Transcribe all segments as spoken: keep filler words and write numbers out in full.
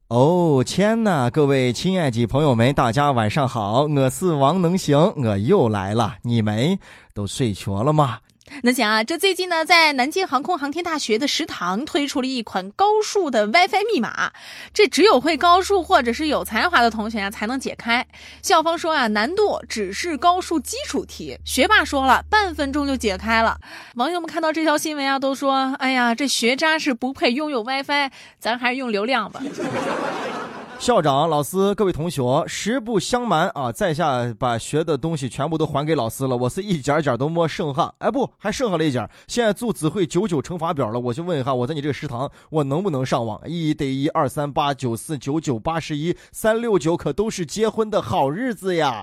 哦天哪，各位亲爱的朋友们，大家晚上好，我是王能行，我又来了，你们都睡着了吗？ 那讲啊，这最近呢，在南京航空航天大学的食堂推出了一款高数的 WiFi 密码，这只有会高数或者是有才华的同学啊才能解开。校方说啊，难度只是高数基础题，学霸说了，半分钟就解开了。网友们看到这条新闻啊，都说，哎呀，这学渣是不配拥有 WiFi， 咱还是用流量吧。 校长、老师、各位同学，实不相瞒啊，在下把学的东西全部都还给老师了，我是一件件都没剩下，哎不，还剩下了一件。现在就只会九九乘法表了，我就问一下，我在你这个食堂，我能不能上网？一得一，二三八，九四九九八十一，三六九可都是结婚的好日子呀。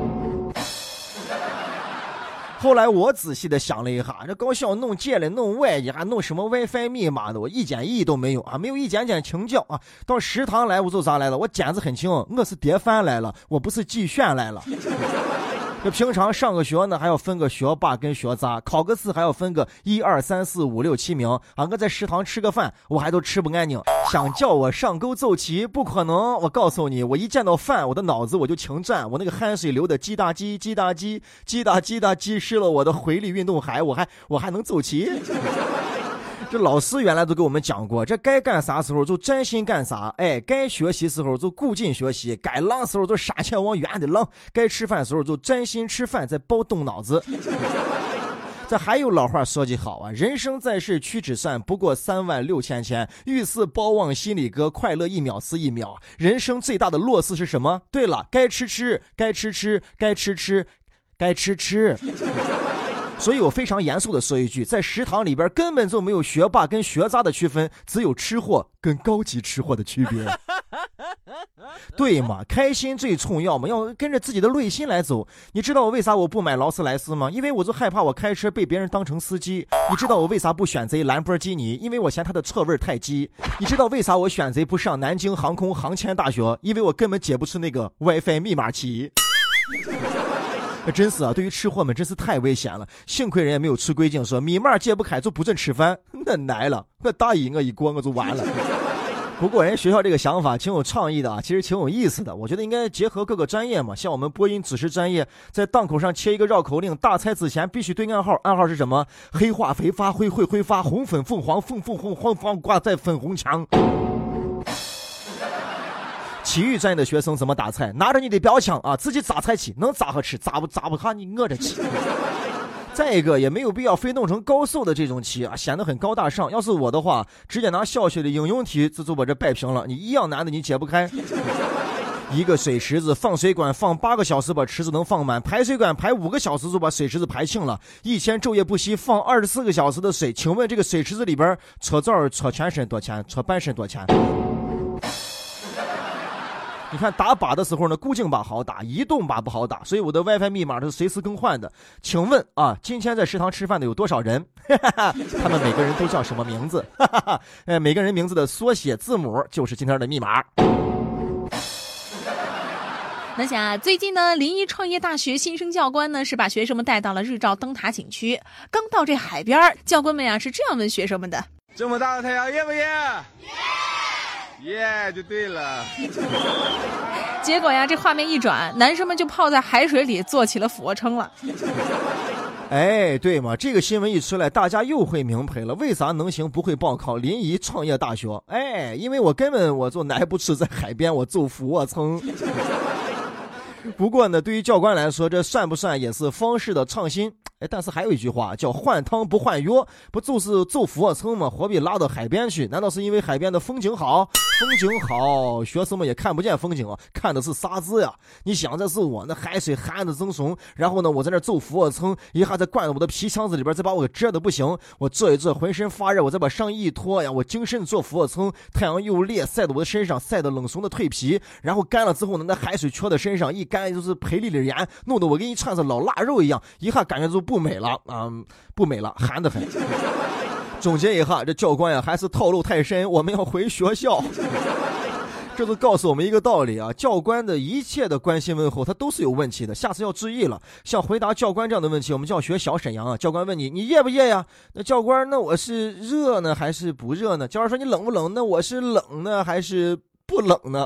后来我仔细的想了一下，这高校弄戒了弄外也还弄什么 WiFi 密码的，我一点意义都没有啊，没有一点点情教啊。到食堂来我就咋来了，我简直很清，我是碟饭来了，我不是寄炫来了。这平常上个学呢还要分个学霸跟学渣，考个试还要分个一二三四五六七名啊！我在食堂吃个饭我还都吃不干净，想叫我上钩奏棋不可能。我告诉你，我一见到饭我的脑子我就停站，我那个汗水流的叽哒叽叽哒叽叽哒叽哒叽湿了我的回力运动海，我还我还能奏棋。这老师原来都给我们讲过，这该干啥时候就专心干啥，哎，该学习时候就顾劲学习，该浪时候就傻钱往远的浪，该吃饭时候就专心吃饭，再包动脑子。这还有老话说得好啊，人生在世屈指算，不过三万六千千，遇事包忘心里歌，快乐一秒是一秒。人生最大的乐事是什么？对了，该吃吃，该吃吃，该吃吃，该吃吃。所以我非常严肃的说一句，在食堂里边根本就没有学霸跟学渣的区分，只有吃货跟高级吃货的区别。对嘛，开心最重要嘛，要跟着自己的内心来走。你知道我为啥我不买劳斯莱斯吗？因为我就害怕我开车被别人当成司机。你知道我为啥不选择兰博基尼？因为我嫌它的臭味太激。你知道为啥我选择不上南京航空航天大学？因为我根本解不出那个 WiFi 密码题。真是啊，对于吃货们真是太危险了，幸亏人也没有出规定说密码解不开就不准吃饭，那来了，我大意我一过我就完了。不过人学校这个想法挺有创意的啊，其实挺有意思的，我觉得应该结合各个专业嘛，像我们播音主持专业，在档口上切一个绕口令，大菜之前必须对暗号，暗号是什么？黑化肥发灰会挥发，红粉凤凰凤凤红黄黄挂在粉红墙。体育专业的学生怎么打菜？拿着你的标枪啊，自己扎菜去，能扎和吃，扎不扎不哈你饿着吃。再一个也没有必要非弄成高数的这种题啊，显得很高大上。要是我的话，直接拿小学的应用题就就把这摆平了，你一样难的你解不开。一个水池子放水管放八个小时把池子能放满，排水管排五个小时就把水池子排清了，一天昼夜不息放二十四个小时的水，请问这个水池子里边搓澡搓全身多钱，搓半身多钱？你看打靶的时候呢，固定靶好打，移动靶不好打，所以我的 WiFi 密码是随时更换的。请问啊，今天在食堂吃饭的有多少人？他们每个人都叫什么名字？哎，每个人名字的缩写字母就是今天的密码。 那想啊，最近呢，临沂创业大学新生教官呢是把学生们带到了日照灯塔景区。刚到这海边，教官们呀是这样问学生们的： 这么大的太阳，热不热？耶，yeah, 就对了。 结果呀，这画面一转，男生们就泡在海水里做起了俯卧撑了。 哎，对嘛，这个新闻一出来，大家又会明白了，为啥能行不会报考临沂创业大学？哎，因为我根本我就耐不住在海边我做俯卧撑。不过呢，对于教官来说，这算不算也是方式的创新？哎，但是还有一句话叫换汤不换药，不就是做俯卧撑吗？何必拉到海边去？难道是因为海边的风景好？风景好，学生们也看不见风景啊，看的是啥子呀？你想这是我那海水寒的正松，然后呢，我在那做俯卧撑，一下再灌到我的皮箱子里边，再把我给遮的不行，我这一这浑身发热，我再把上衣一脱呀，我精神做俯卧撑，太阳又烈，晒到我的身上，晒得冷松的蜕皮，然后干了之后呢，那海水缺在身上，一干就是赔里里盐，弄得我跟一串子老腊肉一样，一下感觉就不美了啊、嗯，不美了，寒得很。总结一下，这教官呀还是套路太深，我们要回学校。这就告诉我们一个道理啊，教官的一切的关心问候他都是有问题的，下次要注意了。像回答教官这样的问题，我们就要学小沈阳啊。教官问你你热不热呀？那教官，那我是热呢还是不热呢？教官说你冷不冷？那我是冷呢还是不冷呢？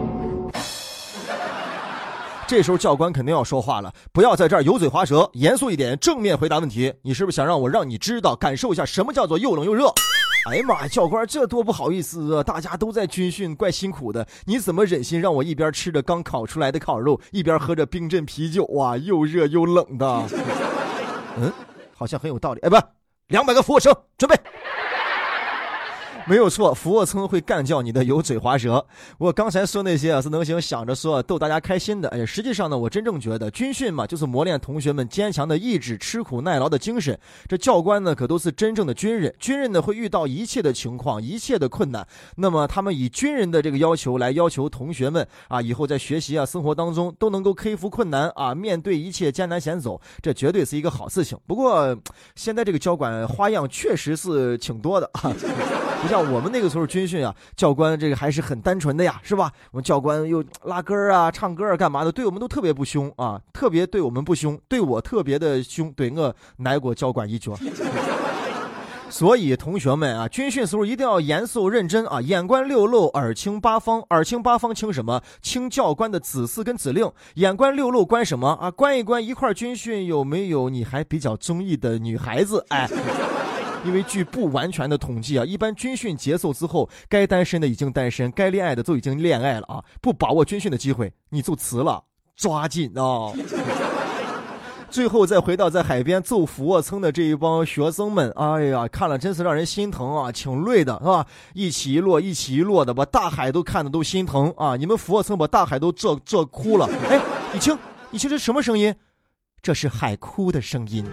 这时候教官肯定要说话了，不要在这儿油嘴滑舌，严肃一点，正面回答问题。你是不是想让我让你知道感受一下什么叫做又冷又热？哎呀妈呀，教官这多不好意思啊！大家都在军训，怪辛苦的，你怎么忍心让我一边吃着刚烤出来的烤肉，一边喝着冰镇啤酒啊？又热又冷的。嗯，好像很有道理。哎，不，两百个俯卧撑，准备。没有错，俯卧撑会干掉你的油嘴滑舌。我刚才说那些啊，是能行想着说逗大家开心的。哎，实际上呢，我真正觉得军训嘛，就是磨练同学们坚强的意志、吃苦耐劳的精神。这教官呢，可都是真正的军人。军人呢，会遇到一切的情况、一切的困难。那么他们以军人的这个要求来要求同学们啊，以后在学习啊、生活当中都能够克服困难啊，面对一切艰难险阻，这绝对是一个好事情。不过现在这个教官花样确实是挺多的啊。不像我们那个时候军训啊，教官这个还是很单纯的呀，是吧？我们教官又拉歌啊、唱歌啊、干嘛的，对我们都特别不凶啊，特别对我们不凶，对我特别的凶，对我挨过教官一脚。所以同学们啊，军训时候一定要严肃认真啊，眼观六路，耳听八方。耳听八方听什么？听教官的指示跟指令。眼观六路观什么啊？观一观一块军训有没有你还比较中意的女孩子？哎。因为据不完全的统计啊，一般军训结束之后，该单身的已经单身，该恋爱的都已经恋爱了啊！不把握军训的机会，你就辞了，抓紧啊！最后再回到在海边做俯卧撑的这一帮学生们，哎呀，看了真是让人心疼啊，挺累的，是吧？一起一落，一起一落的，把大海都看得都心疼啊！你们俯卧撑把大海都这这哭了，哎，你听，你听这什么声音？这是海哭的声音。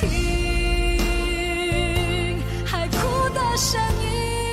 声音。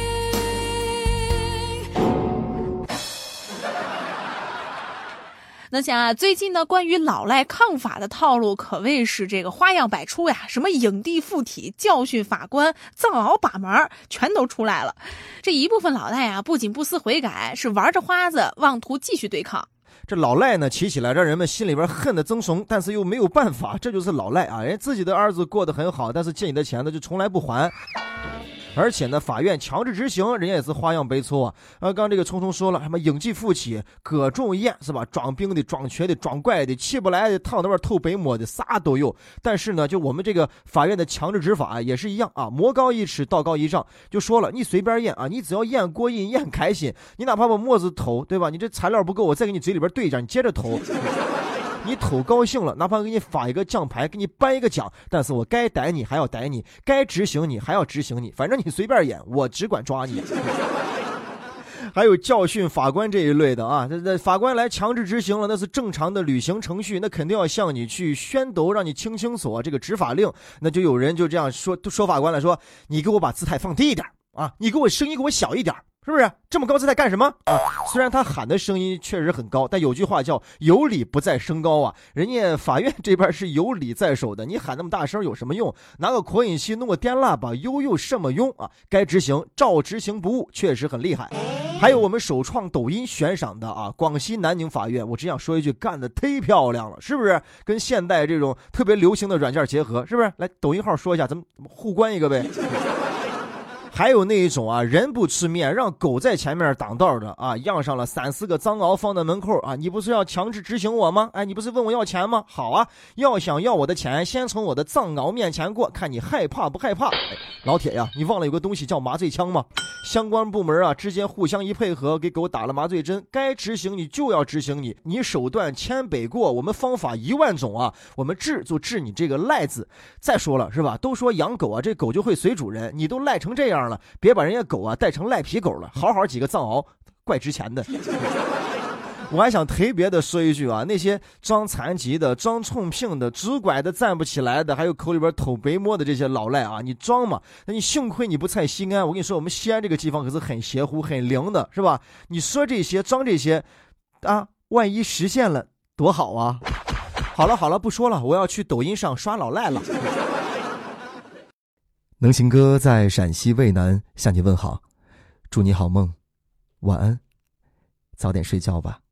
那想啊，最近呢，关于老赖抗法的套路可谓是这个花样百出呀，什么影帝附体、教训法官、藏獒把门，全都出来了。这一部分老赖啊，不仅不思悔改，是玩着花子，妄图继续对抗。 这老赖呢，起起来让人们心里边恨得增怂，但是又没有办法，这就是老赖啊！人自己的儿子过得很好，但是借你的钱呢，就从来不还。而且呢，法院强制执行，人家也是花样百出啊！啊，刚这个聪聪说了，什么影帝附体、各种演是吧？装病的、装瘸的、装怪的、起不来的、躺那边偷白摸的，啥都有。但是呢，就我们这个法院的强制执法也是一样啊，魔高一尺，道高一丈，就说了，你随便演啊，你只要演过瘾、演开心，你哪怕把沫子偷，对吧？你这材料不够，我再给你嘴里边对着，你接着偷。你偷高兴了，哪怕给你发一个奖牌，给你颁一个奖，但是我该逮你还要逮你，该执行你还要执行你，反正你随便演，我只管抓你。还有教训法官这一类的啊，这这法官来强制执行了，那是正常的履行程序，那肯定要向你去宣读，让你清清楚这个执法令。那就有人就这样说，说法官来说，你给我把姿态放低一点啊，你给我声音给我小一点。是不是这么高姿态干什么啊？虽然他喊的声音确实很高，但有句话叫有理不在声高啊。人家法院这边是有理在手的，你喊那么大声有什么用？拿个扩音器弄个电喇叭又有什么用啊？该执行照执行不误，确实很厉害。还有我们首创抖音悬赏的啊，广西南宁法院，我只想说一句，干得忒漂亮了，是不是？跟现代这种特别流行的软件结合，是不是？来抖音号说一下，咱们互关一个呗。还有那一种啊，人不吃面让狗在前面挡道的啊，样上了三四个藏獒放在门口啊，你不是要强制执行我吗？哎，你不是问我要钱吗？好啊，要想要我的钱，先从我的藏獒面前过，看你害怕不害怕。哎，老铁呀，你忘了有个东西叫麻醉枪吗？相关部门啊之间互相一配合，给狗打了麻醉针，该执行你就要执行你，你手段千百过，我们方法一万种啊，我们治就治你这个赖字。再说了是吧？都说养狗啊，这狗就会随主人，你都赖成这样了，别把人家狗啊带成赖皮狗了，好好几个藏獒怪值钱的。我还想特别的说一句啊，那些装残疾的、装冲病的、拄拐的、站不起来的，还有口里边偷白沫的这些老赖啊，你装嘛？那你幸亏你不在西安，我跟你说，我们西安这个地方可是很邪乎、很灵的，是吧？你说这些、装这些，啊，万一实现了，多好啊！好了好了，不说了，我要去抖音上刷老赖了。能行哥在陕西渭南向你问好，祝你好梦，晚安，早点睡觉吧。